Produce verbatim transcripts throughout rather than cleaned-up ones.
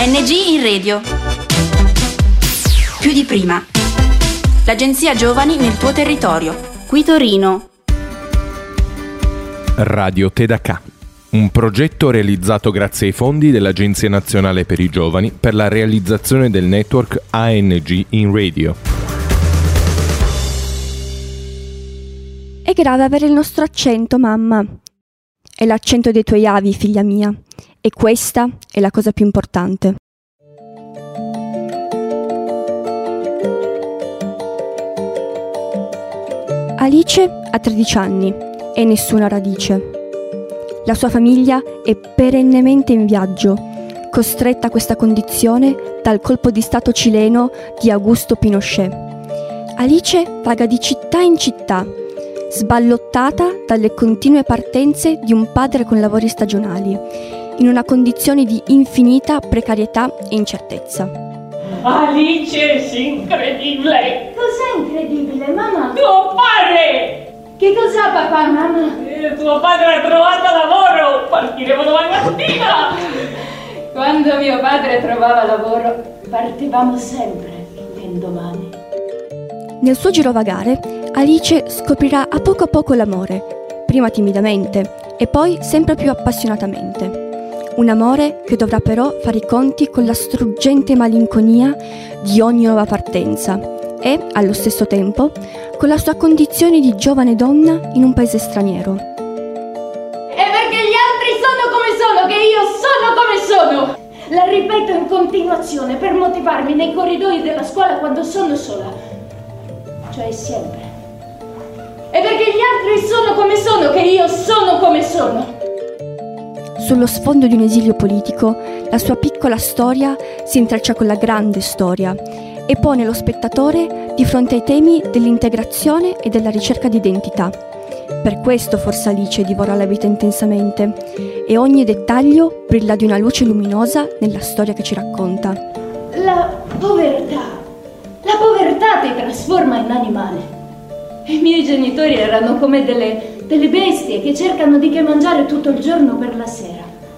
A N G in radio. Più di prima. L'agenzia Giovani nel tuo territorio. Qui Torino. Radio Tedacà. Un progetto realizzato grazie ai fondi dell'Agenzia Nazionale per i Giovani per la realizzazione del network A N G in radio. È grave avere il nostro accento, mamma. È l'accento dei tuoi avi, figlia mia. E questa è la cosa più importante. Alice ha tredici anni e nessuna radice. La sua famiglia è perennemente in viaggio, costretta a questa condizione dal colpo di stato cileno di Augusto Pinochet. Alice vaga di città in città, sballottata dalle continue partenze di un padre con lavori stagionali, in una condizione di infinita precarietà e incertezza. Alice, è incredibile! Cos'è incredibile, mamma? Tuo padre! Che cos'ha papà, mamma? Eh, tuo padre ha trovato lavoro! Partiremo domani mattina! Quando mio padre trovava lavoro, partivamo sempre l'indomani. Nel suo girovagare, Alice scoprirà a poco a poco l'amore, prima timidamente e poi sempre più appassionatamente. Un amore che dovrà però fare i conti con la struggente malinconia di ogni nuova partenza e, allo stesso tempo, con la sua condizione di giovane donna in un paese straniero. È perché gli altri sono come sono che io sono come sono! La ripeto in continuazione per motivarmi nei corridoi della scuola quando sono sola. Cioè sempre. È perché gli altri sono come sono che io sono come sono. Sullo sfondo di un esilio politico, la sua piccola storia si intreccia con la grande storia e pone lo spettatore di fronte ai temi dell'integrazione e della ricerca di identità. Per questo forse Alice divora la vita intensamente e ogni dettaglio brilla di una luce luminosa nella storia che ci racconta. La povertà, la povertà ti trasforma in animale. I miei genitori erano come delle... delle bestie che cercano di che mangiare tutto il giorno per la sera.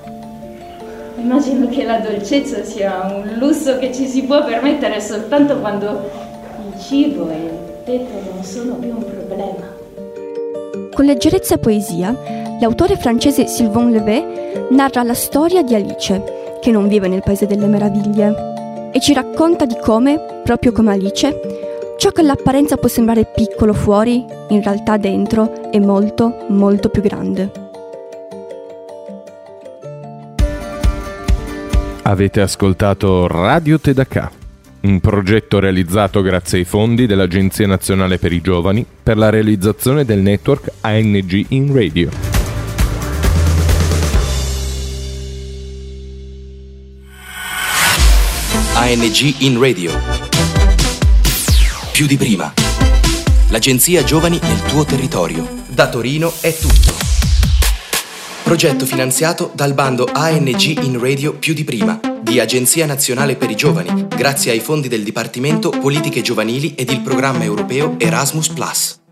Immagino che la dolcezza sia un lusso che ci si può permettere soltanto quando il cibo e il tetto non sono più un problema. Con leggerezza e poesia, l'autore francese Sylvain Levet narra la storia di Alice, che non vive nel Paese delle Meraviglie, e ci racconta di come, proprio come Alice, ciò che all'apparenza può sembrare piccolo fuori, in realtà dentro è molto, molto più grande. Avete ascoltato Radio Tedacà, un progetto realizzato grazie ai fondi dell'Agenzia Nazionale per i Giovani per la realizzazione del network A N G in radio. A N G in radio. Più di prima. L'Agenzia Giovani nel tuo territorio. Da Torino è tutto. Progetto finanziato dal bando A N G in radio Più di prima di Agenzia Nazionale per i Giovani, grazie ai fondi del Dipartimento Politiche Giovanili ed il programma europeo Erasmus Plus.